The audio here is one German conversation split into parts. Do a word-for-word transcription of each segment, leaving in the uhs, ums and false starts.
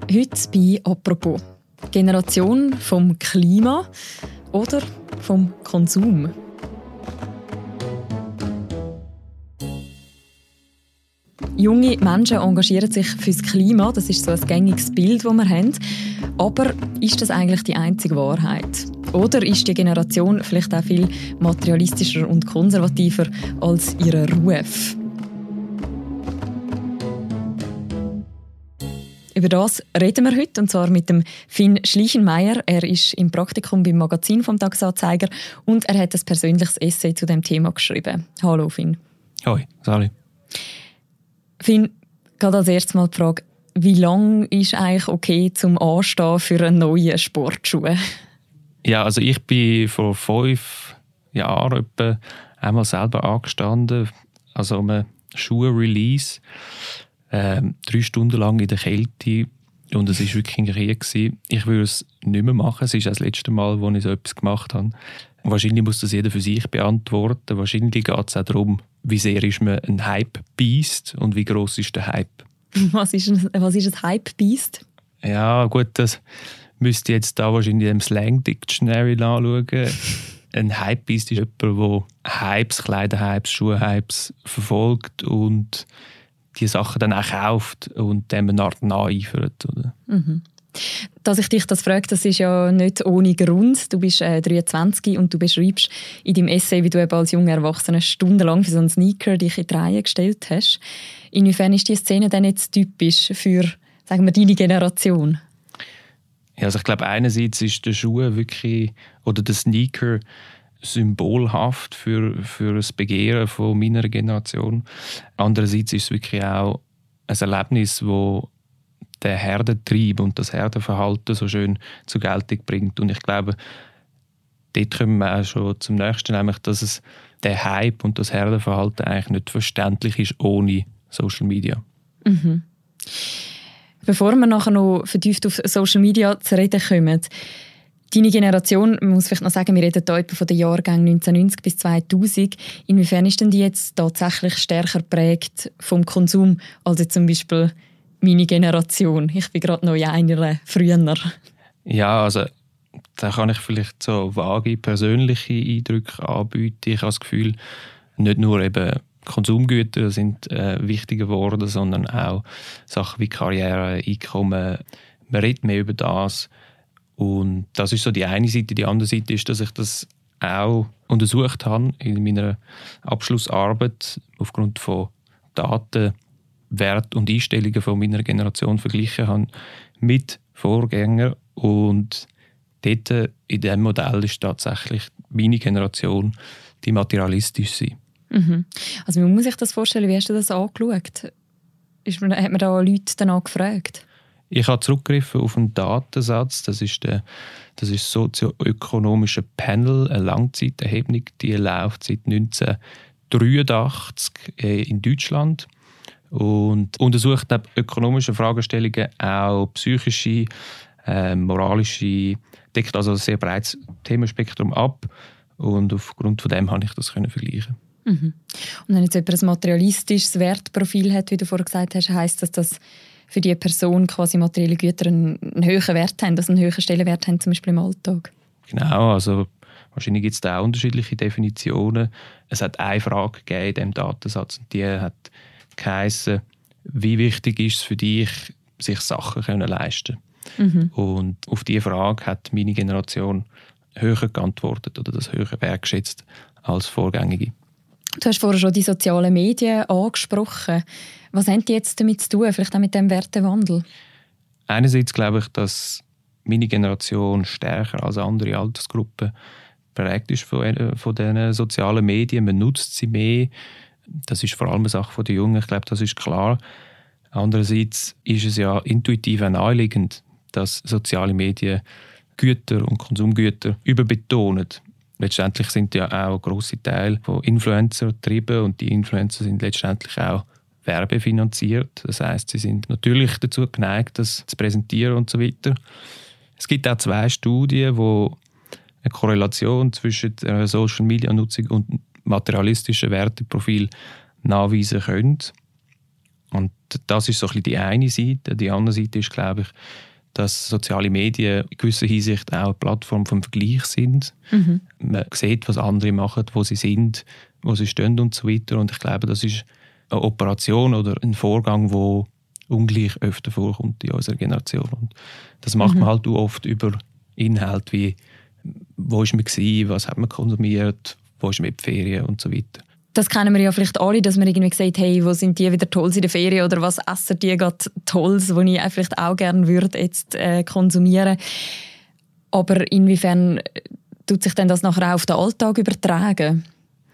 Heute bei «Apropos». Generation vom Klima oder vom Konsum? Junge Menschen engagieren sich fürs Klima, das ist so ein gängiges Bild, das wir haben. Aber ist das eigentlich die einzige Wahrheit? Oder ist die Generation vielleicht auch viel materialistischer und konservativer als ihr Ruf? Über das reden wir heute, und zwar mit dem Finn Schleichenmeier. Er ist im Praktikum beim Magazin vom «Tagesanzeiger» und er hat ein persönliches Essay zu dem Thema geschrieben. Hallo Finn. Hoi, Sali. Finn, gerade als erstes mal die Frage, wie lange ist eigentlich okay zum Anstehen für einen neuen Sportschuh? Ja, also ich bin vor fünf Jahren etwa einmal selber angestanden, also um einen Schuh-Release. Ähm, drei Stunden lang in der Kälte und es war wirklich ein Krieg gewesen. Ich würde es nicht mehr machen. Es ist das letzte Mal, wo ich so etwas gemacht habe. Und wahrscheinlich muss das jeder für sich beantworten. Wahrscheinlich geht es auch darum, wie sehr ist man ein Hype-Beast und wie gross ist der Hype. Was ist ein, was ist ein Hype-Beast? Ja gut, das müsst ihr jetzt da wahrscheinlich im Slang-Dictionary anschauen. Ein Hype-Beast ist jemand, der Hypes, Kleiderhypes, Schuhhypes verfolgt und die Sachen dann auch kauft und dem eine Art nacheifert. Oder? Mhm. Dass ich dich das frage, das ist ja nicht ohne Grund. Du bist äh, dreiundzwanzig und du beschreibst in deinem Essay, wie du eben als junger Erwachsener stundenlang für so einen Sneaker dich in die Reihe gestellt hast. Inwiefern ist diese Szene denn jetzt typisch für, sagen wir, deine Generation? Ja, also ich glaube, einerseits ist der Schuh wirklich, oder der Sneaker symbolhaft für, für das Begehren von meiner Generation. Andererseits ist es wirklich auch ein Erlebnis, das den Herdentrieb und das Herdenverhalten so schön zur Geltung bringt. Und ich glaube, dort kommen wir auch schon zum Nächsten, nämlich, dass es der Hype und das Herdenverhalten eigentlich nicht verständlich ist ohne Social Media. Mhm. Bevor wir nachher noch vertieft auf Social Media zu reden kommen, deine Generation, man muss vielleicht noch sagen, wir reden hier etwa von den Jahrgängen neunzehnhundertneunzig bis zweitausend. Inwiefern ist denn die jetzt tatsächlich stärker geprägt vom Konsum als jetzt zum Beispiel meine Generation? Ich bin gerade noch in einer früher. Ja, also da kann ich vielleicht so vage persönliche Eindrücke anbieten. Ich habe das Gefühl, nicht nur eben Konsumgüter sind äh, wichtiger geworden, sondern auch Sachen wie Karriere, Einkommen. Man redet mehr über das. Und das ist so die eine Seite. Die andere Seite ist, dass ich das auch untersucht habe in meiner Abschlussarbeit aufgrund von Daten, Wert und Einstellungen von meiner Generation verglichen habe mit Vorgängern. Und dort in diesem Modell ist tatsächlich meine Generation die materialistische. Mhm. Also wie muss ich das vorstellen? Wie hast du das angeschaut? Ist man, hat man da Leute danach gefragt? Ich habe zurückgegriffen auf einen Datensatz, das ist der das ist das sozioökonomische Panel, eine Langzeiterhebung, die läuft seit neunzehnhundertdreiundachtzig in Deutschland und untersucht neben ökonomischen Fragestellungen auch psychische, äh, moralische, deckt also ein sehr breites Themenspektrum ab und aufgrund von dem habe ich das können vergleichen. Mhm. Und wenn jetzt jemand ein materialistisches Wertprofil hat, wie du vorhin gesagt hast, heisst das, dass für die Person quasi materielle Güter einen, einen höheren Wert haben, also einen höheren Stellenwert haben, zum Beispiel im Alltag? Genau, also wahrscheinlich gibt es da auch unterschiedliche Definitionen. Es hat eine Frage gegeben in diesem Datensatz und die hat geheissen, wie wichtig ist es für dich, sich Sachen können leisten mhm. Und auf diese Frage hat meine Generation höher geantwortet oder das höher wertgeschätzt als vorgängige. Du hast vorher schon die sozialen Medien angesprochen. Was haben die jetzt damit zu tun, vielleicht auch mit dem Wertewandel? Einerseits glaube ich, dass meine Generation stärker als andere Altersgruppen prägt ist von, von diesen sozialen Medien. Man nutzt sie mehr. Das ist vor allem eine Sache der Jungen. Ich glaube, das ist klar. Andererseits ist es ja intuitiv auch naheliegend, dass soziale Medien Güter und Konsumgüter überbetonen. Letztendlich sind ja auch grosse Teile von Influencer getrieben und die Influencer sind letztendlich auch werbefinanziert. Das heisst, sie sind natürlich dazu geneigt, das zu präsentieren und so weiter. Es gibt auch zwei Studien, die eine Korrelation zwischen der Social-Media-Nutzung und materialistischen Werteprofil nachweisen können. Und das ist so ein bisschen die eine Seite. Die andere Seite ist, glaube ich, dass soziale Medien in gewisser Hinsicht auch eine Plattform vom Vergleich sind. Mhm. Man sieht, was andere machen, wo sie sind, wo sie stehen und so weiter. Und ich glaube, das ist eine Operation oder ein Vorgang, der ungleich öfter vorkommt in unserer Generation. Und das macht mhm. man halt auch oft über Inhalte wie «Wo war man gewesen?», «Was hat man konsumiert?», «Wo ist man in die Ferien?» und so weiter. Das kennen wir ja vielleicht alle, dass man irgendwie sagt, hey, wo sind die wieder toll in der Ferien oder was essen die gerade Tolles, was ich vielleicht auch gerne würde jetzt äh, konsumieren. Aber inwiefern tut sich denn das nachher auch auf den Alltag übertragen?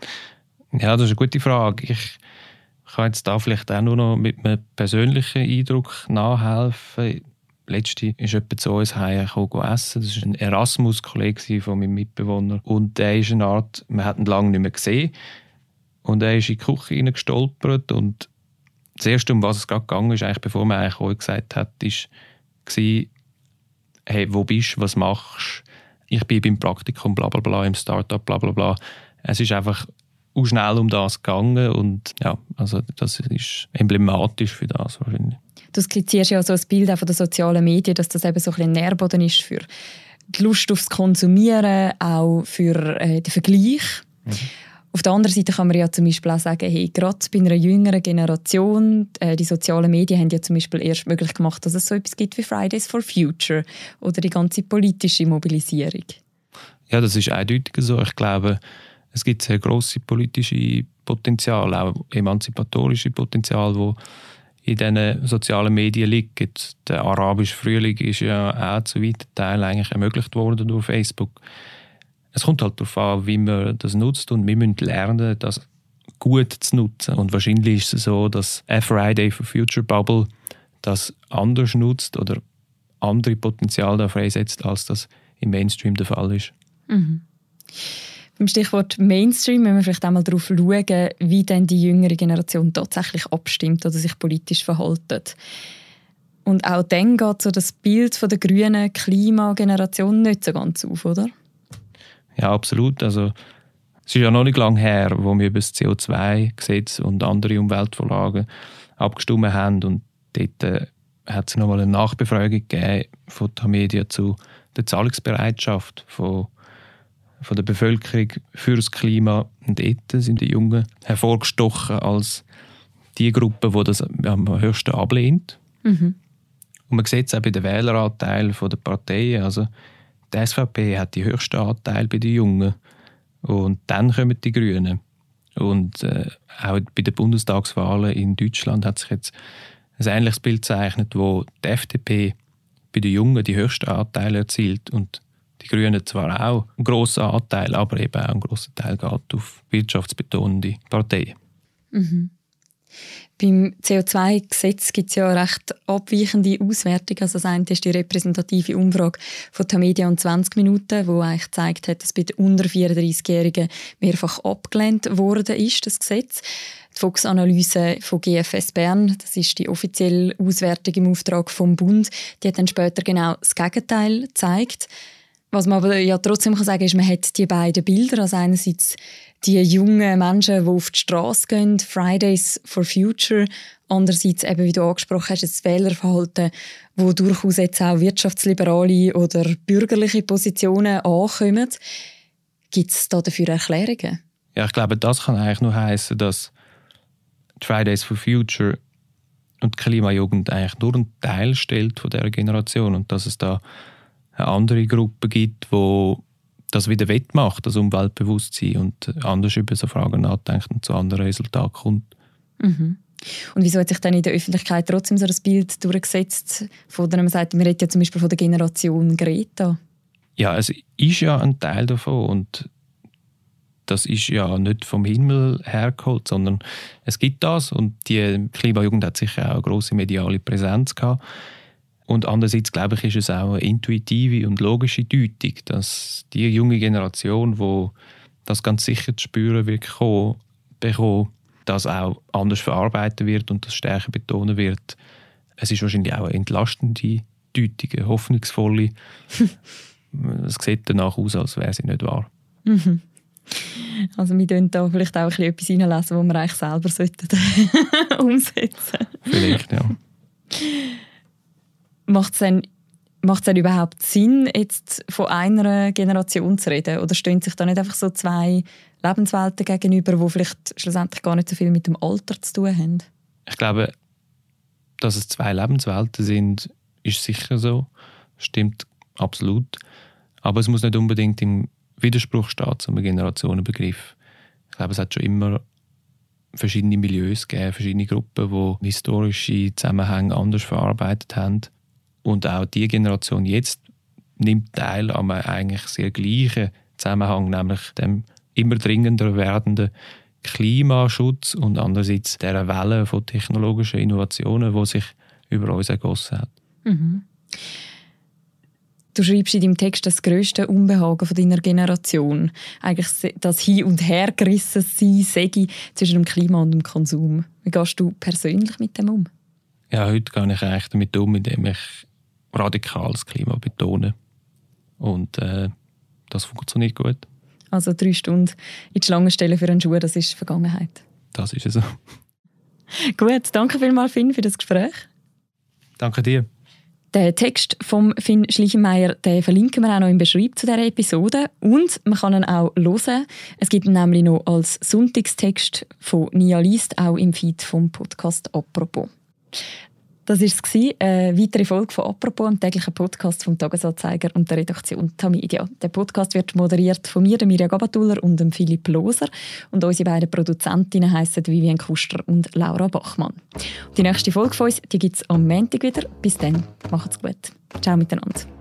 Ja, das ist eine gute Frage. Ich kann jetzt da vielleicht auch nur noch mit einem persönlichen Eindruck nachhelfen. Letzte ist jemand zu uns heimgekommen essen. Das war ein Erasmus-Kollege von meinem Mitbewohner. Und der ist eine Art, man hat ihn lange nicht mehr gesehen. Und er ist in die Küche hineingestolpert und das Erste, um was es gerade gegangen ist, eigentlich bevor man eigentlich euch gesagt hat, war, hey, wo bist du, was machst du? Ich bin beim Praktikum, bla bla bla, im Startup, bla bla bla. Es ist einfach auch schnell um das gegangen und ja, also das ist emblematisch für das wahrscheinlich. Du skizzierst ja so ein Bild auch von den sozialen Medien, dass das eben so ein bisschen ein Nährboden ist für die Lust aufs Konsumieren, auch für äh, den Vergleich. Mhm. Auf der anderen Seite kann man ja zum Beispiel auch sagen, hey, gerade bei einer jüngeren Generation, äh, die sozialen Medien haben ja zum Beispiel erst möglich gemacht, dass es so etwas gibt wie Fridays for Future oder die ganze politische Mobilisierung. Ja, das ist eindeutig so. Ich glaube, es gibt sehr grosse politische Potenzial, auch emanzipatorische Potenzial, wo in diesen sozialen Medien liegt. Der arabische Frühling ist ja auch zu weiten Teilen eigentlich ermöglicht worden durch Facebook. Es kommt halt darauf an, wie man das nutzt und wir müssen lernen, das gut zu nutzen. Und wahrscheinlich ist es so, dass eine Friday for Future Bubble das anders nutzt oder andere Potenzial da freisetzt, als das im Mainstream der Fall ist. Mhm. Beim Stichwort Mainstream müssen wir vielleicht einmal darauf schauen, wie denn die jüngere Generation tatsächlich abstimmt oder sich politisch verhält. Und auch dann geht so das Bild von der grünen Klimageneration nicht so ganz auf, oder? Ja, absolut. Also, es ist ja noch nicht lange her, wo wir über das C O zwei Gesetz und andere Umweltvorlagen abgestimmt haben. Und dort äh, hat es nochmal eine Nachbefragung gegeben von Tamedia zu der Zahlungsbereitschaft von, von der Bevölkerung für das Klima. Und dort sind die Jungen hervorgestochen als die Gruppe, die das am höchsten ablehnt. Mhm. Und man sieht es auch bei den Wähleranteilen der Parteien. Also, die S V P hat die höchsten Anteile bei den Jungen. Und dann kommen die Grünen. Und äh, auch bei den Bundestagswahlen in Deutschland hat sich jetzt ein ähnliches Bild gezeichnet, wo die F D P bei den Jungen die höchsten Anteile erzielt. Und die Grünen zwar auch einen grossen Anteil, aber eben auch einen grossen Teil geht auf wirtschaftsbetonende Parteien. Mhm. Beim C O zwei Gesetz gibt es ja recht abweichende Auswertungen. Also das eine ist die repräsentative Umfrage von Tamedia und zwanzig Minuten, die eigentlich gezeigt hat, dass bei den unter vierunddreißigjährigen mehrfach abgelehnt worden ist, das Gesetz. Die Volksanalyse von G F S Bern, das ist die offizielle Auswertung im Auftrag vom Bund, die hat dann später genau das Gegenteil gezeigt. Was man aber ja trotzdem kann sagen, ist, man hat die beiden Bilder, also einerseits die jungen Menschen, die auf die Straße gehen, Fridays for Future, andererseits eben, wie du angesprochen hast, das Wählerverhalten, wo durchaus jetzt auch wirtschaftsliberale oder bürgerliche Positionen ankommen. Gibt es da dafür Erklärungen? Ja, ich glaube, das kann eigentlich nur heissen, dass die Fridays for Future und die Klimajugend eigentlich nur einen Teil stellt von dieser Generation und dass es da eine andere Gruppe gibt, die das wieder wettmacht, das Umweltbewusstsein und anders über so Fragen nachdenkt und zu anderen Resultaten kommt. Mhm. Und wieso hat sich dann in der Öffentlichkeit trotzdem so das Bild durchgesetzt, von dem man sagt, man redet ja zum Beispiel von der Generation Greta? Ja, es ist ja ein Teil davon und das ist ja nicht vom Himmel hergeholt, sondern es gibt das und die Klimajugend hat sicher auch eine grosse mediale Präsenz gehabt. Und andererseits, glaube ich, ist es auch eine intuitive und logische Deutung, dass die junge Generation, die das ganz sicher zu spüren wird, bekommen, das auch anders verarbeiten wird und das stärker betonen wird. Es ist wahrscheinlich auch eine entlastende Deutung, eine hoffnungsvolle. Es sieht danach aus, als wäre sie nicht wahr. Mhm. Also wir könnten da vielleicht auch ein bisschen etwas reinlesen, was wir eigentlich selber sollten umsetzen. Vielleicht, ja. Macht es denn, macht es denn überhaupt Sinn, jetzt von einer Generation zu reden? Oder stehen sich da nicht einfach so zwei Lebenswelten gegenüber, die vielleicht schlussendlich gar nicht so viel mit dem Alter zu tun haben? Ich glaube, dass es zwei Lebenswelten sind, ist sicher so. Stimmt absolut. Aber es muss nicht unbedingt im Widerspruch stehen zu einem Generationenbegriff. Ich glaube, es hat schon immer verschiedene Milieus gegeben, verschiedene Gruppen, die historische Zusammenhänge anders verarbeitet haben. Und auch die Generation jetzt nimmt teil an einem eigentlich sehr gleichen Zusammenhang, nämlich dem immer dringender werdenden Klimaschutz und andererseits dieser Welle von technologischen Innovationen, die sich über uns ergossen hat. Mhm. Du schreibst in deinem Text, das grösste Unbehagen von deiner Generation, eigentlich das Hin- und Hergerissen sein sei zwischen dem Klima und dem Konsum. Wie gehst du persönlich mit dem um? Ja, heute gehe ich eigentlich damit um, indem ich radikal das Klima betone. Und äh, das funktioniert gut. Also drei Stunden in die Schlange stellen für einen Schuh, das ist Vergangenheit. Das ist es so. Gut, danke vielmals, Finn, für das Gespräch. Danke dir. Den Text von Finn Schleichenmeier den verlinken wir auch noch im Beschreib zu dieser Episode. Und man kann ihn auch hören. Es gibt ihn nämlich noch als Sonntagstext von Nia Liest, auch im Feed vom Podcast «Apropos». Das war es, eine weitere Folge von «Apropos», einem täglichen Podcast vom «Tagesanzeiger» und der Redaktion Tamedia. Der Podcast wird moderiert von mir, Mirja Gabatuller und dem Philipp Loser. Und unsere beiden Produzentinnen heissen Vivian Kuster und Laura Bachmann. Die nächste Folge von uns gibt es am Montag wieder. Bis dann, macht's gut. Ciao miteinander.